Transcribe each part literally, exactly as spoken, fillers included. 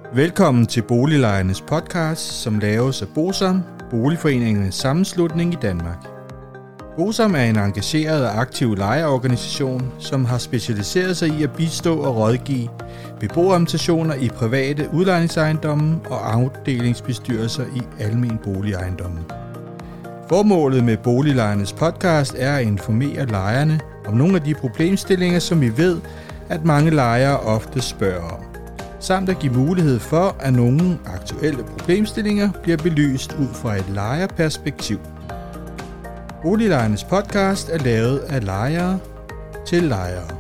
Velkommen til Boliglejernes podcast, som laves af BOSAM, Boligforeningernes Sammenslutning i Danmark. BOSAM er en engageret og aktiv lejerorganisation, som har specialiseret sig i at bistå og rådgive beboerorganisationer i private udlejningsejendomme og afdelingsbestyrelser i almen boligejendomme. Formålet med Boliglejernes podcast er at informere lejerne om nogle af de problemstillinger, som vi ved, at mange lejere ofte spørger om, samt at give mulighed for, at nogle aktuelle problemstillinger bliver belyst ud fra et lejerperspektiv. Boliglejernes podcast er lavet af lejere til lejere.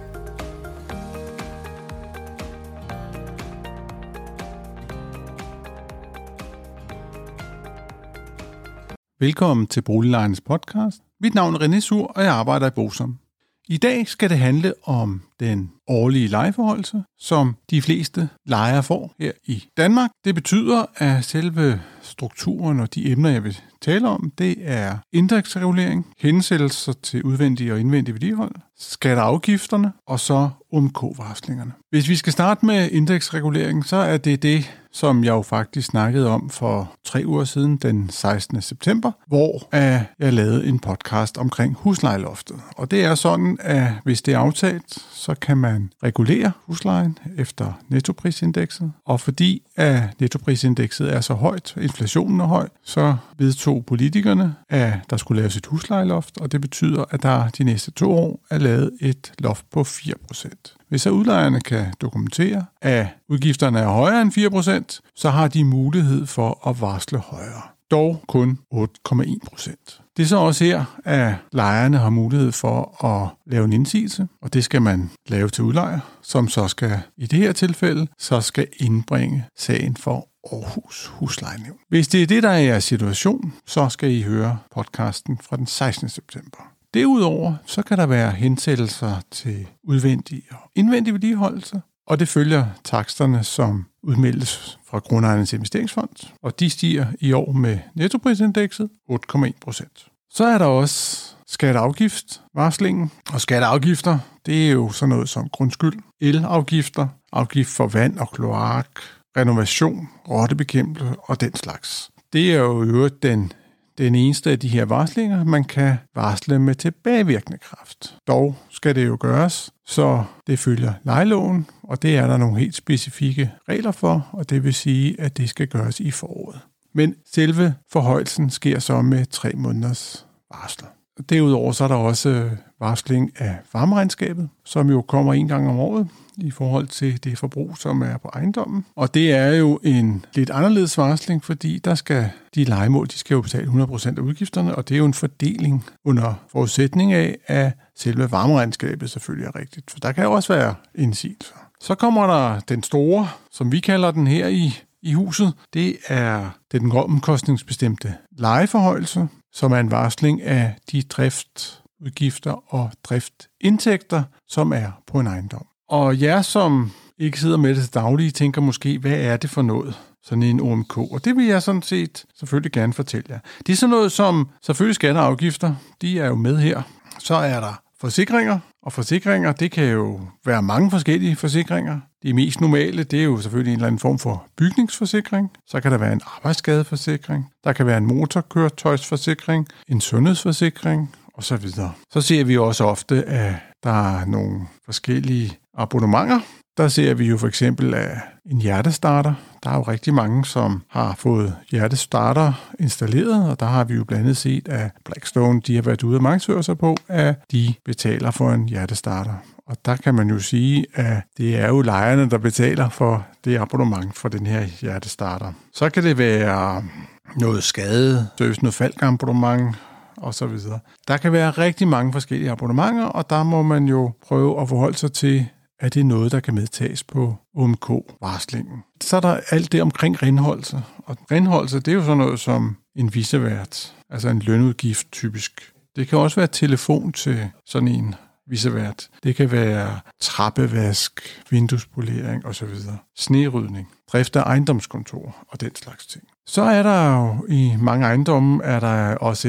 Velkommen til Boliglejernes podcast. Mit navn er René Sur, og jeg arbejder i BOSAM. I dag skal det handle om den årlige lejeforholdelse, som de fleste lejere får her i Danmark. Det betyder, at selve strukturen og de emner, jeg vil tale om, det er indeksregulering, hensættelser til udvendige og indvendige vedligehold, skatter og afgifterne og så O M K-varslingerne. Hvis vi skal starte med indeksregulering, så er det det, som jeg jo faktisk snakkede om for tre uger siden, den sekstende september, hvor jeg lavede en podcast omkring huslejeloftet. Og det er sådan, at hvis det er aftalt, så kan man regulere huslejen efter nettoprisindekset. Og fordi at nettoprisindekset er så højt, inflationen er høj, så vedtog politikerne, at der skulle laves et huslejeloft, og det betyder, at der de næste to år er lavet et loft på fire procent. Hvis så udlejerne kan dokumentere, at udgifterne er højere end fire procent, så har de mulighed for at varsle højere. Dog kun otte komma en procent. Det er så også her, at lejerne har mulighed for at lave en indsigelse, og det skal man lave til udlejer, som så skal, i det her tilfælde, så skal indbringe sagen for Aarhus Huslejenævn. Hvis det er det, der er jeres situation, så skal I høre podcasten fra den sekstende september. Derudover så kan der være hensættelser til udvendige og indvendige vedligeholdelse, og det følger taksterne, som udmeldes fra Grundejernes Investeringsfond, og de stiger i år med nettoprisindekset otte komma en procent. Så er der også skatteafgift, varslingen, og skatteafgifter, det er jo sådan noget som grundskyld, elafgifter, afgift for vand og kloak, renovation, rottebekæmpelse og den slags. Det er jo i øvrigt den Den eneste af de her varslinger, man kan varsle med tilbagevirkende kraft. Dog skal det jo gøres, så det følger lejeloven, og det er der nogle helt specifikke regler for, og det vil sige, at det skal gøres i foråret. Men selve forhøjelsen sker så med tre måneders varsler. Derudover så er der også varsling af varmeregnskabet, som jo kommer en gang om året i forhold til det forbrug, som er på ejendommen. Og det er jo en lidt anderledes varsling, fordi der skal de lejemål, de skal jo betale hundrede procent af udgifterne, og det er jo en fordeling under forudsætning af, at selve varmeregnskabet selvfølgelig er rigtigt. For der kan jo også være indsigelser. Så kommer der den store, som vi kalder den her i, i huset. Det er den omkostningsbestemte lejeforhøjelse, som er en varsling af de driftudgifter og driftindtægter, som er på en ejendom. Og jer, som ikke sidder med det til daglige, tænker måske, hvad er det for noget, sådan en O M K? Og det vil jeg sådan set selvfølgelig gerne fortælle jer. Det er sådan noget som, selvfølgelig skatter og afgifter, de er jo med her. Så er der forsikringer, og forsikringer, det kan jo være mange forskellige forsikringer. Det mest normale, det er jo selvfølgelig en eller anden form for bygningsforsikring. Så kan der være en arbejdsskadeforsikring. Der kan være en motorkøretøjsforsikring, en sundhedsforsikring osv. Så ser vi også ofte, at der er nogle forskellige abonnementer. Der ser vi jo for eksempel af en hjertestarter. Der er jo rigtig mange, som har fået hjertestarter installeret, og der har vi jo blandt andet set, at Blackstone, de har været ude og markedsføre sig på, at de betaler for en hjertestarter. Og der kan man jo sige, at det er jo lejerne, der betaler for det abonnement for den her hjertestarter. Så kan det være noget skade, service, noget faldabonnement og så videre. Der kan være rigtig mange forskellige abonnementer, og der må man jo prøve at forholde sig til, at det er noget, der kan medtages på O M K-varslingen. Så er der alt det omkring renholdelse. Og renholdelse, det er jo sådan noget som en vicevært, altså en lønudgift typisk. Det kan også være telefon til sådan en vicevært. Det kan være trappevask, vinduespolering osv. Snerydning, drift af ejendomskontor og den slags ting. Så er der jo i mange ejendomme, er der også et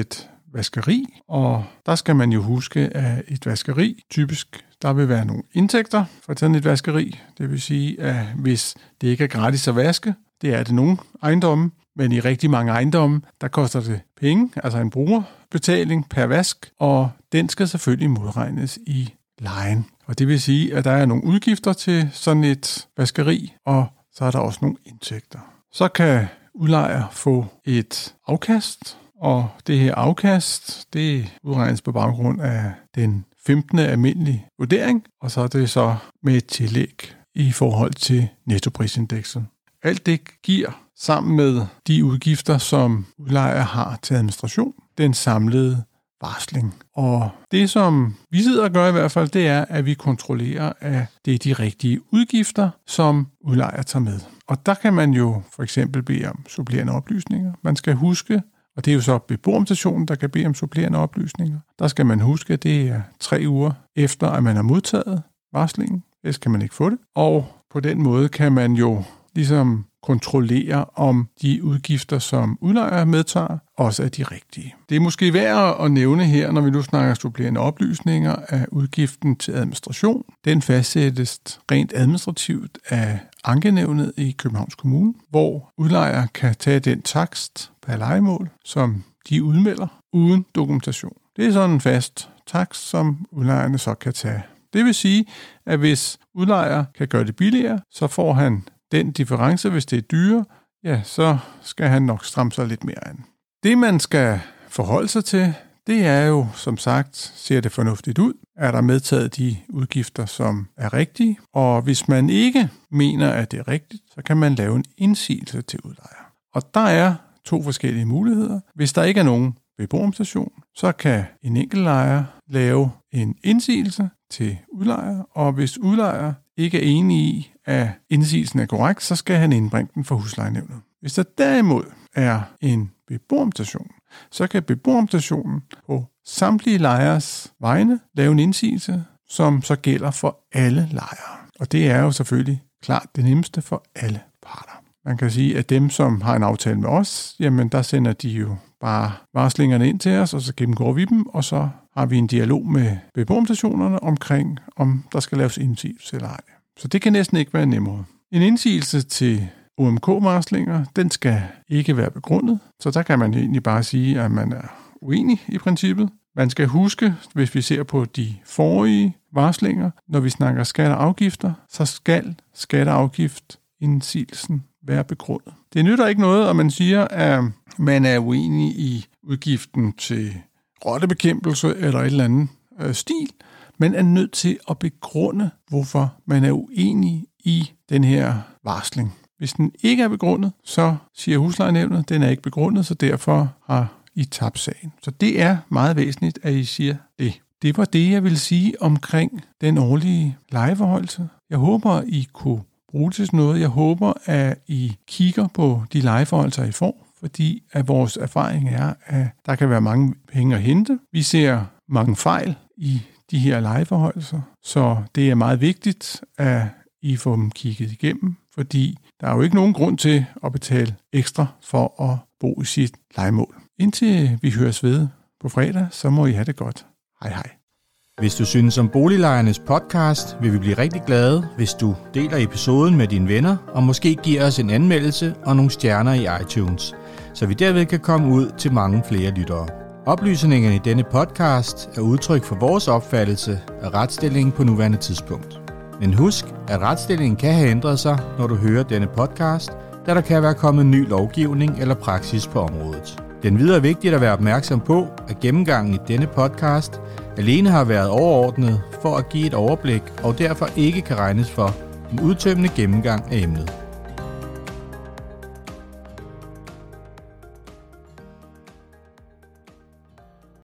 vaskeri, og der skal man jo huske, at et vaskeri typisk, der vil være nogle indtægter for sådan et vaskeri. Det vil sige, at hvis det ikke er gratis at vaske, det er det nogle ejendomme, men i rigtig mange ejendomme, der koster det penge, altså en brugerbetaling per vask, og den skal selvfølgelig modregnes i lejen. Og det vil sige, at der er nogle udgifter til sådan et vaskeri, og så er der også nogle indtægter. Så kan udlejer få et afkast, og det her afkast, det udregnes på baggrund af den femtende almindelige vurdering, og så er det så med et tillæg i forhold til nettoprisindekset. Alt det giver sammen med de udgifter, som udlejer har til administration, den samlede varsling. Og det, som vi sidder og gør i hvert fald, det er, at vi kontrollerer, at det er de rigtige udgifter, som udlejer tager med. Og der kan man jo for eksempel bede om supplerende oplysninger. Man skal huske, og det er jo så beboerorganisationen, der kan bede om supplerende oplysninger. Der skal man huske, at det er tre uger efter, at man har modtaget varslingen. Ellers kan man ikke få det. Og på den måde kan man jo ligesom kontrollere, om de udgifter, som udlejer medtager, også er de rigtige. Det er måske værd at nævne her, når vi nu snakker supplerende oplysninger, af udgiften til administration. Den fastsættes rent administrativt af Ankenævnet i Københavns Kommune, hvor udlejer kan tage den takst per lejemål, som de udmelder, uden dokumentation. Det er sådan en fast takst, som udlejerne så kan tage. Det vil sige, at hvis udlejer kan gøre det billigere, så får han den difference, hvis det er dyre, ja, så skal han nok stramme sig lidt mere an. Det, man skal forholde sig til, det er jo, som sagt, ser det fornuftigt ud? Er der medtaget de udgifter, som er rigtige? Og hvis man ikke mener, at det er rigtigt, så kan man lave en indsigelse til udlejer. Og der er to forskellige muligheder. Hvis der ikke er nogen beboerorganisation, så kan en enkelt lejer lave en indsigelse til udlejer, og hvis udlejer ikke er enig i, at indsigelsen er korrekt, så skal han indbringe den for huslejenævnet. Hvis der derimod er en beboerorganisation, så kan beboerorganisationen på samtlige lejers vegne lave en indsigelse, som så gælder for alle lejere. Og det er jo selvfølgelig klart det nemmeste for alle parter. Man kan sige, at dem, som har en aftale med os, jamen der sender de jo bare varslingerne ind til os, og så gennemgår vi dem, og så har vi en dialog med beboerorganisationerne omkring, om der skal laves indsigelse eller ej. Så det kan næsten ikke være nemmere. En indsigelse til O M K-varslinger, den skal ikke være begrundet, så der kan man egentlig bare sige, at man er uenig i princippet. Man skal huske, hvis vi ser på de forrige varslinger, når vi snakker skatter og afgifter, så skal skatter og afgift indsigelsen være begrundet. Det nytter ikke noget, at man siger, at man er uenig i udgiften til rottebekæmpelse eller et eller andet øh, stil. Man er nødt til at begrunde, hvorfor man er uenig i den her varsling. Hvis den ikke er begrundet, så siger huslejenævnet, at den er ikke begrundet, så derfor har I tabt sagen. Så det er meget væsentligt, at I siger det. Det var det, jeg ville sige omkring den årlige lejeforholdelse. Jeg håber, I kunne bruge til sådan noget. Jeg håber, at I kigger på de lejeforholdelser, I får, fordi at vores erfaring er, at der kan være mange penge at hente. Vi ser mange fejl i de her lejeforholdelser, så det er meget vigtigt, at I får dem kigget igennem, fordi der er jo ikke nogen grund til at betale ekstra for at bo i sit lejemål. Indtil vi høres ved på fredag, så må I have det godt. Hej hej. Hvis du synes om Boliglejernes podcast, vil vi blive rigtig glade, hvis du deler episoden med dine venner, og måske giver os en anmeldelse og nogle stjerner i iTunes, så vi derved kan komme ud til mange flere lyttere. Oplysningerne i denne podcast er udtryk for vores opfattelse af retsstillingen på nuværende tidspunkt. Men husk, at retsstillingen kan have ændret sig, når du hører denne podcast, da der kan være kommet ny lovgivning eller praksis på området. Den videre er vigtigt at være opmærksom på, at gennemgangen i denne podcast alene har været overordnet for at give et overblik og derfor ikke kan regnes for en udtømmende gennemgang af emnet.